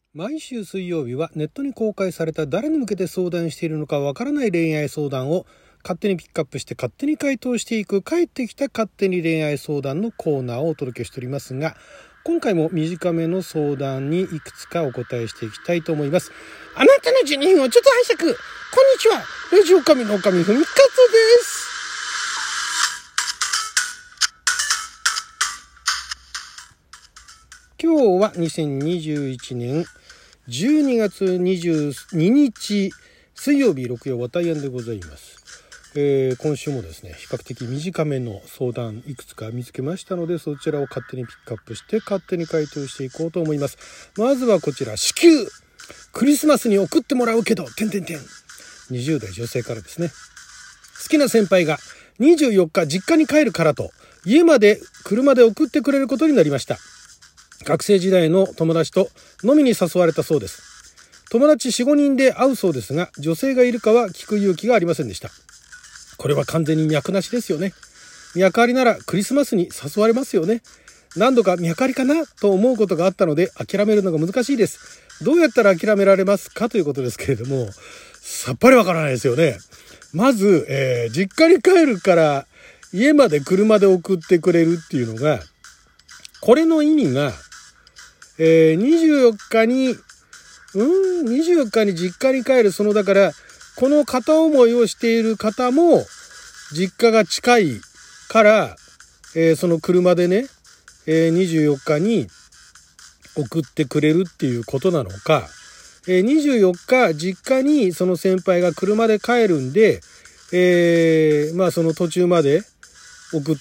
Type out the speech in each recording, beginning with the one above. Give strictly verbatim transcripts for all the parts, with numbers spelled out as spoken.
毎週水曜日はネットに公開された誰に向けて相談しているのかわからない恋愛相談を勝手にピックアップして勝手に回答していく帰ってきた勝手に恋愛相談のコーナーをお届けしておりますが、今回も短めの相談にいくつかお答えしていきたいと思います。あなたのじゅうにふんをちょっと拝借。こんにちは、ラジオ神の神ふみかつです。今日はにせんにじゅういちねんじゅうにがつにじゅうににち水曜日、六曜わたいやんでございます。えー、今週もですね、比較的短めの相談いくつか見つけましたので、そちらを勝手にピックアップして勝手に回答していこうと思います。まずはこちら、至急クリスマスに送ってもらうけどてんてんてんにじゅうだい女性からですね。好きな先輩がにじゅうよっか実家に帰るからと家まで車で送ってくれることになりました。学生時代の友達と飲みに誘われたそうです。友達 よん、ごにんで会うそうですが、女性がいるかは聞く勇気がありませんでした。これは完全に脈なしですよね。脈ありならクリスマスに誘われますよね。何度か脈ありかなと思うことがあったので諦めるのが難しいです。どうやったら諦められますかということですけれども、さっぱりわからないですよね。まず、えー、実家に帰るから家まで車で送ってくれるっていうのが、これの意味がえー、にじゅうよっかに、うん、にじゅうよっかに実家に帰る、そのだから、この片思いをしている方も、実家が近いから、えー、その車でね、えー、にじゅうよっかに送ってくれるっていうことなのか、えー、にじゅうよっか実家にその先輩が車で帰るんで、えー、まあその途中まで送って、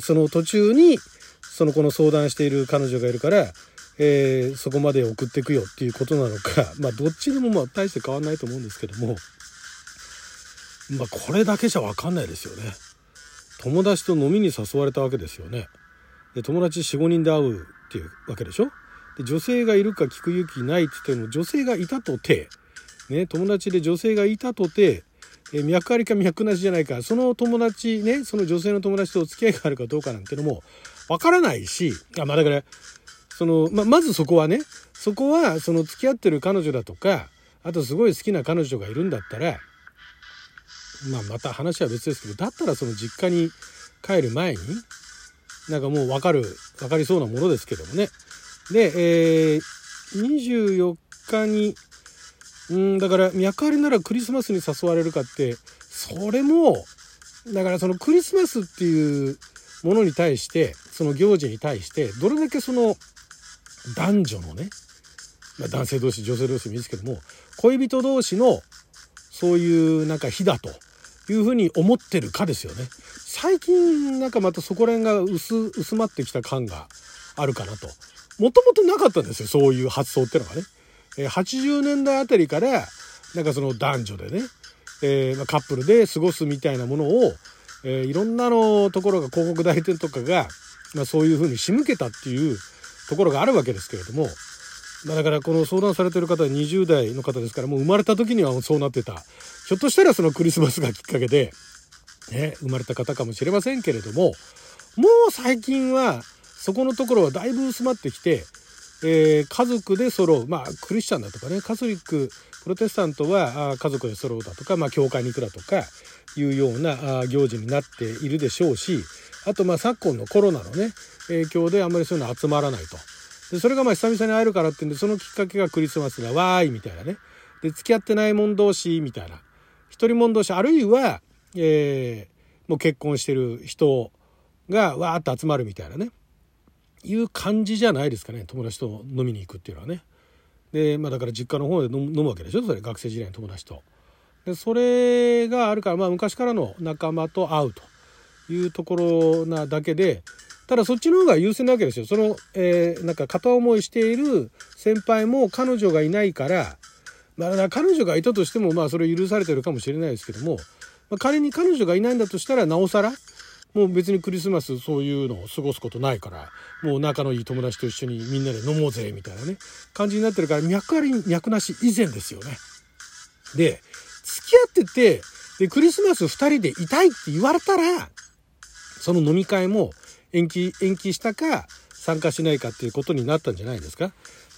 その途中に、その子の相談している彼女がいるから、えー、そこまで送っていくよっていうことなのか、まあどっちでもまあ大して変わんないと思うんですけども、まあこれだけじゃ分かんないですよね。友達と飲みに誘われたわけですよね。で友達 よん、ごにんで会うっていうわけでしょ。で女性がいるか聞く勇気ないって言っても、女性がいたとてね、友達で女性がいたとて、えー、脈ありか脈なしじゃないか、その友達ね、その女性の友達とお付き合いがあるかどうかなんてのも分からないし、あまあだからその ま, まずそこはね、そこはその付き合ってる彼女だとか、あとすごい好きな彼女がいるんだったら、まあまた話は別ですけど、だったらその実家に帰る前になんかもう分かる分かりそうなものですけどもね。で、えー、にじゅうよっかにうんだから脈ありならクリスマスに誘われるかって、それもだからそのクリスマスっていうものに対して、その行事に対してどれだけその男女のね、まあ、男性同士女性同士もいいですけども、恋人同士のそういうなんか日だというふうに思ってるかですよね。最近なんかまたそこら辺が 薄, 薄まってきた感があるかなと。もともとなかったんですよ、そういう発想ってのがね。えー、はちじゅうねんだいあたりからなんかその男女でね、えーまあ、カップルで過ごすみたいなものを、えー、いろんなのところが広告代理店とかが、まあ、そういうふうに仕向けたっていうところがあるわけですけれども、まあ、だからこの相談されてる方はにじゅうだいの方ですから、もう生まれた時にはそうなってた、ひょっとしたらそのクリスマスがきっかけで、ね、生まれた方かもしれませんけれども、もう最近はそこのところはだいぶ薄まってきて、えー、家族で揃う、まあクリスチャンだとかね、カトリックプロテスタントは家族で揃うだとか、まあ教会に行くだとかいうような行事になっているでしょうし、あとまあ昨今のコロナのね影響であんまりそういうの集まらないと。でそれがまあ久々に会えるからっていうんで、そのきっかけがクリスマスだわーいみたいなね。で付き合ってない者同士みたいな、一人者同士、あるいは、えー、もう結婚してる人がわーっと集まるみたいなね、いう感じじゃないですかね、友達と飲みに行くっていうのはね。でまあだから実家の方で飲むわけでしょ、それ学生時代の友達と。でそれがあるから、まあ昔からの仲間と会うというところなだけで、ただそっちの方が優先なわけですよ。その、えー、なんか片思いしている先輩も彼女がいないから、まあ彼女がいたとしてもまあそれ許されてるかもしれないですけども、まあ、仮に彼女がいないんだとしたらなおさら、もう別にクリスマスそういうのを過ごすことないから、もう仲のいい友達と一緒にみんなで飲もうぜみたいなね感じになってるから、脈あり脈なし以前ですよね。で付き合ってて、でクリスマスふたりでいたいって言われたら、その飲み会も延期延期したか参加しないかっていうことになったんじゃないですか。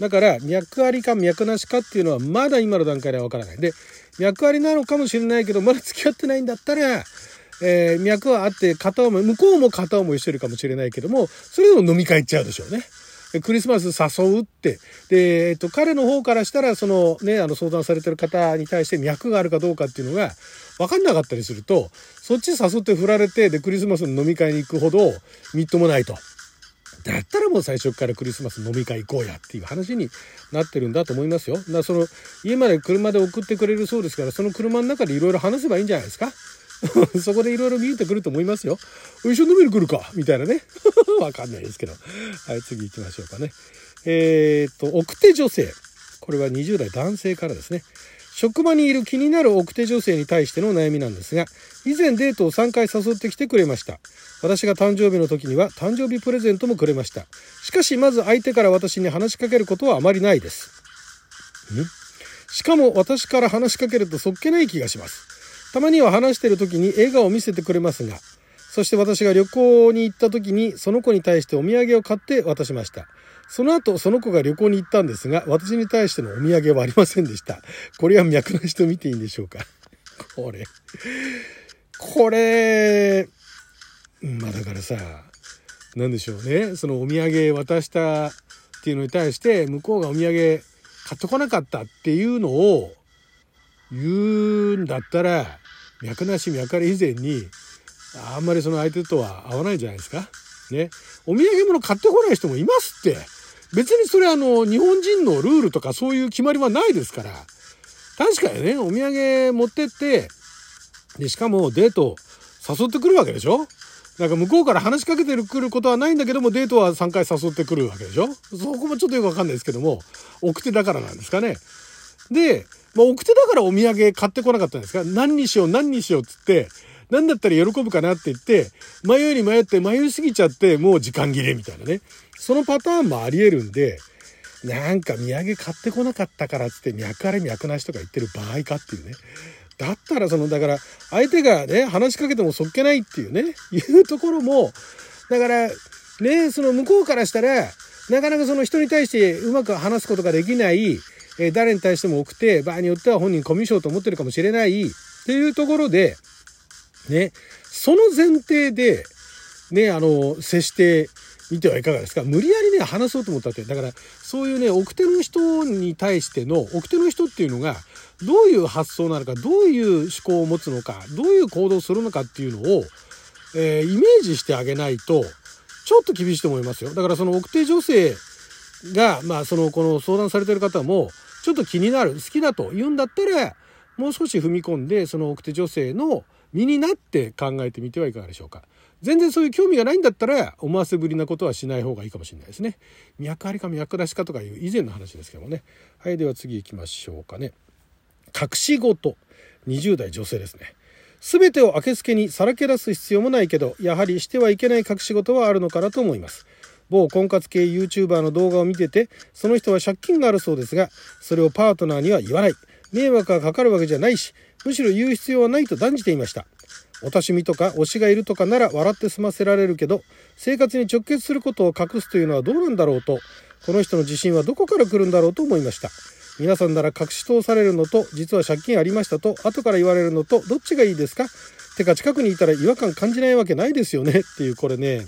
だから脈ありか脈なしかっていうのはまだ今の段階ではわからない。で、脈ありなのかもしれないけどまだ付き合ってないんだったら、えー、脈はあって片思い、向こうも片思いしてるかもしれないけども、それでも飲み会行っちゃうでしょうね。クリスマス誘うって。で、えっと、彼の方からしたら、そのね、あの相談されてる方に対して脈があるかどうかっていうのが分かんなかったりすると、そっち誘って振られて、で、クリスマスの飲み会に行くほどみっともないと。だったらもう最初からクリスマス飲み会行こうやっていう話になってるんだと思いますよ。だからその、家まで車で送ってくれるそうですから、その車の中でいろいろ話せばいいんじゃないですか。そこでいろいろ見えてくると思いますよ。一緒に飲みに来るかみたいなね。わかんないですけど。はい、次行きましょうかね。えー、っと、奥手女性。これはにじゅう代男性からですね。職場にいる気になる奥手女性に対しての悩みなんですが、以前デートをさんかい誘ってきてくれました。私が誕生日の時には誕生日プレゼントもくれました。しかしまず相手から私に話しかけることはあまりないです。ん？しかも私から話しかけるとそっけない気がします。たまには話している時に笑顔を見せてくれますが、そして私が旅行に行った時にその子に対してお土産を買って渡しました。その後その子が旅行に行ったんですが、私に対してのお土産はありませんでした。これは脈なしと見ていいんでしょうか。これこれまあだからさ、なんでしょうね、そのお土産渡したっていうのに対して向こうがお土産買ってこなかったっていうのを言うんだったら、脈なし脈あり以前にあんまりその相手とは合わないんじゃないですかね。お土産物買ってこない人もいますって。別にそれあの日本人のルールとかそういう決まりはないですから。確かにね、お土産持ってってで、しかもデート誘ってくるわけでしょ。なんか向こうから話しかけてくることはないんだけども、デートはさんかい誘ってくるわけでしょ。そこもちょっとよくわかんないですけども、奥手だからなんですかね。で、まあ、奥手だからお土産買ってこなかったんですか。何にしよう何にしようっつって、何だったら喜ぶかなって言って、迷いに迷って迷いすぎちゃって、もう時間切れみたいなね。そのパターンもあり得るんで、なんか土産買ってこなかったからっつって脈あり脈なしとか言ってる場合かっていうね。だったらその、だから相手がね、話しかけてもそっけないっていうね、いうところも、だからね、その向こうからしたら、なかなかその人に対してうまく話すことができない、えー、誰に対しても多くて、場合によっては本人コミュ障と思ってるかもしれないっていうところで、ね、その前提で、ね、あの、接してみてはいかがですか。無理やりね、話そうと思ったって。だから、そういうね、奥手の人に対しての、奥手の人っていうのが、どういう発想なのか、どういう思考を持つのか、どういう行動をするのかっていうのを、えー、イメージしてあげないと、ちょっと厳しいと思いますよ。だからその奥手女性が、まあその、この相談されてる方も、ちょっと気になる、好きだと言うんだったら、もう少し踏み込んで、その奥手女性の身になって考えてみてはいかがでしょうか。全然そういう興味がないんだったら、思わせぶりなことはしない方がいいかもしれないですね。脈ありか脈なしかとかいう以前の話ですけどもね。はい、では次行きましょうかね。隠し事。にじゅう代女性ですね。すべてをあけすけにさらけ出す必要もないけど、やはりしてはいけない隠し事はあるのかなと思います。某婚活系 YouTuber の動画を見てて、その人は借金があるそうですが、それをパートナーには言わない。迷惑がかかるわけじゃないし、むしろ言う必要はないと断じていました。おたしみとか推しがいるとかなら笑って済ませられるけど、生活に直結することを隠すというのはどうなんだろうと、この人の自信はどこから来るんだろうと思いました。皆さんなら隠し通されるのと、実は借金ありましたと後から言われるのと、どっちがいいですか。てか近くにいたら違和感感じないわけないですよねっていう、これね、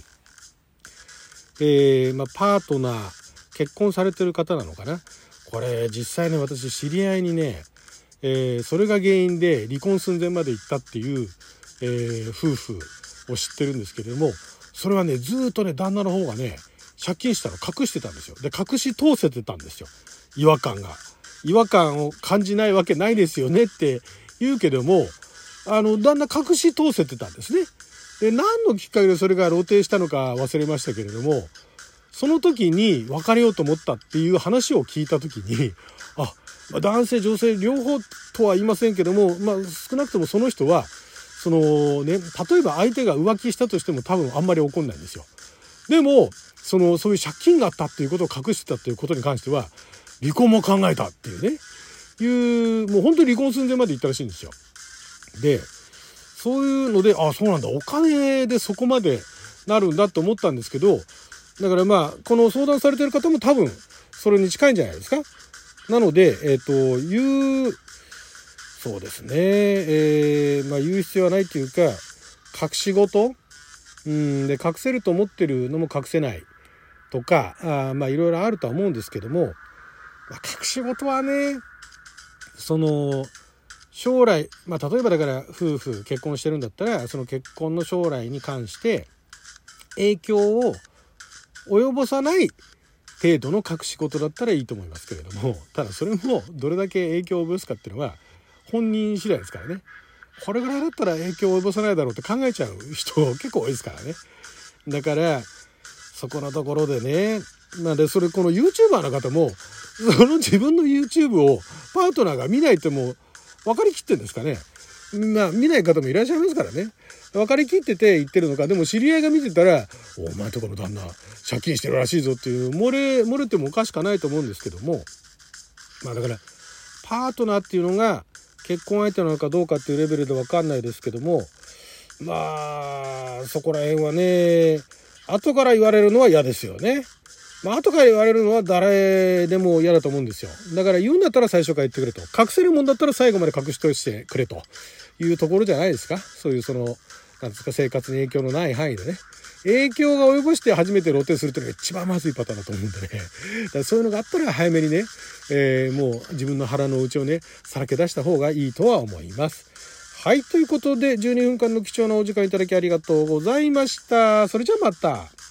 えー、まあパートナー結婚されてる方なのかな。これ実際ね、私知り合いにね、えー、それが原因で離婚寸前まで行ったっていう、えー、夫婦を知ってるんですけれども、それはね、ずっとね、旦那の方がね、借金したの隠してたんですよ。で、隠し通せてたんですよ。違和感が。違和感を感じないわけないですよねって言うけども、あの、旦那隠し通せてたんですね。で、何のきっかけでそれが露呈したのか忘れましたけれども、その時に別れようと思ったっていう話を聞いた時に、あ、男性女性両方とは言いませんけども、まあ少なくともその人はそのね、例えば相手が浮気したとしても多分あんまり怒んないんですよ。でもそのそういう借金があったっていうことを隠してたっていうことに関しては離婚も考えたっていうね、いうもう本当に離婚寸前まで行ったらしいんですよ。で、そういうので、あ、そうなんだ、お金でそこまでなるんだと思ったんですけど、だからまあこの相談されてる方も多分それに近いんじゃないですか。なので、えっと、言う、そうですね、えー、まあ言う必要はないというか、隠し事、うんで隠せると思ってるのも隠せないとか、あまあいろいろあるとは思うんですけども、まあ、隠し事はね、その将来、まあ例えばだから夫婦結婚してるんだったら、その結婚の将来に関して影響を及ぼさない程度の隠し事だったらいいと思いますけれども、ただそれもどれだけ影響を及ぼすかっていうのは本人次第ですからね。これぐらいだったら影響を及ぼさないだろうって考えちゃう人結構多いですからね。だからそこのところでね、なんでそれこの YouTuber の方もその自分の YouTube をパートナーが見ないってもう分かりきってんですかね。まあ見ない方もいらっしゃいますからね。分かりきってて言ってるのか、でも知り合いが見てたら、お前とこの旦那借金してるらしいぞっていう漏れ漏れてもおかしくないと思うんですけども、まあだからパートナーっていうのが結婚相手なのかどうかっていうレベルで分かんないですけども、まあそこら辺はね、後から言われるのは嫌ですよね。まあ後から言われるのは誰でも嫌だと思うんですよ。だから言うんだったら最初から言ってくれと、隠せるもんだったら最後まで隠しといてくれというところじゃないですか。そういうそのなんですか、生活に影響のない範囲でね、影響が及ぼして初めて露呈するというのが一番まずいパターンだと思うんでね。だからそういうのがあったら早めにね、えー、もう自分の腹の内をねさらけ出した方がいいとは思います。はい、ということでじゅうにふんかんの貴重なお時間いただきありがとうございました。それじゃあまた。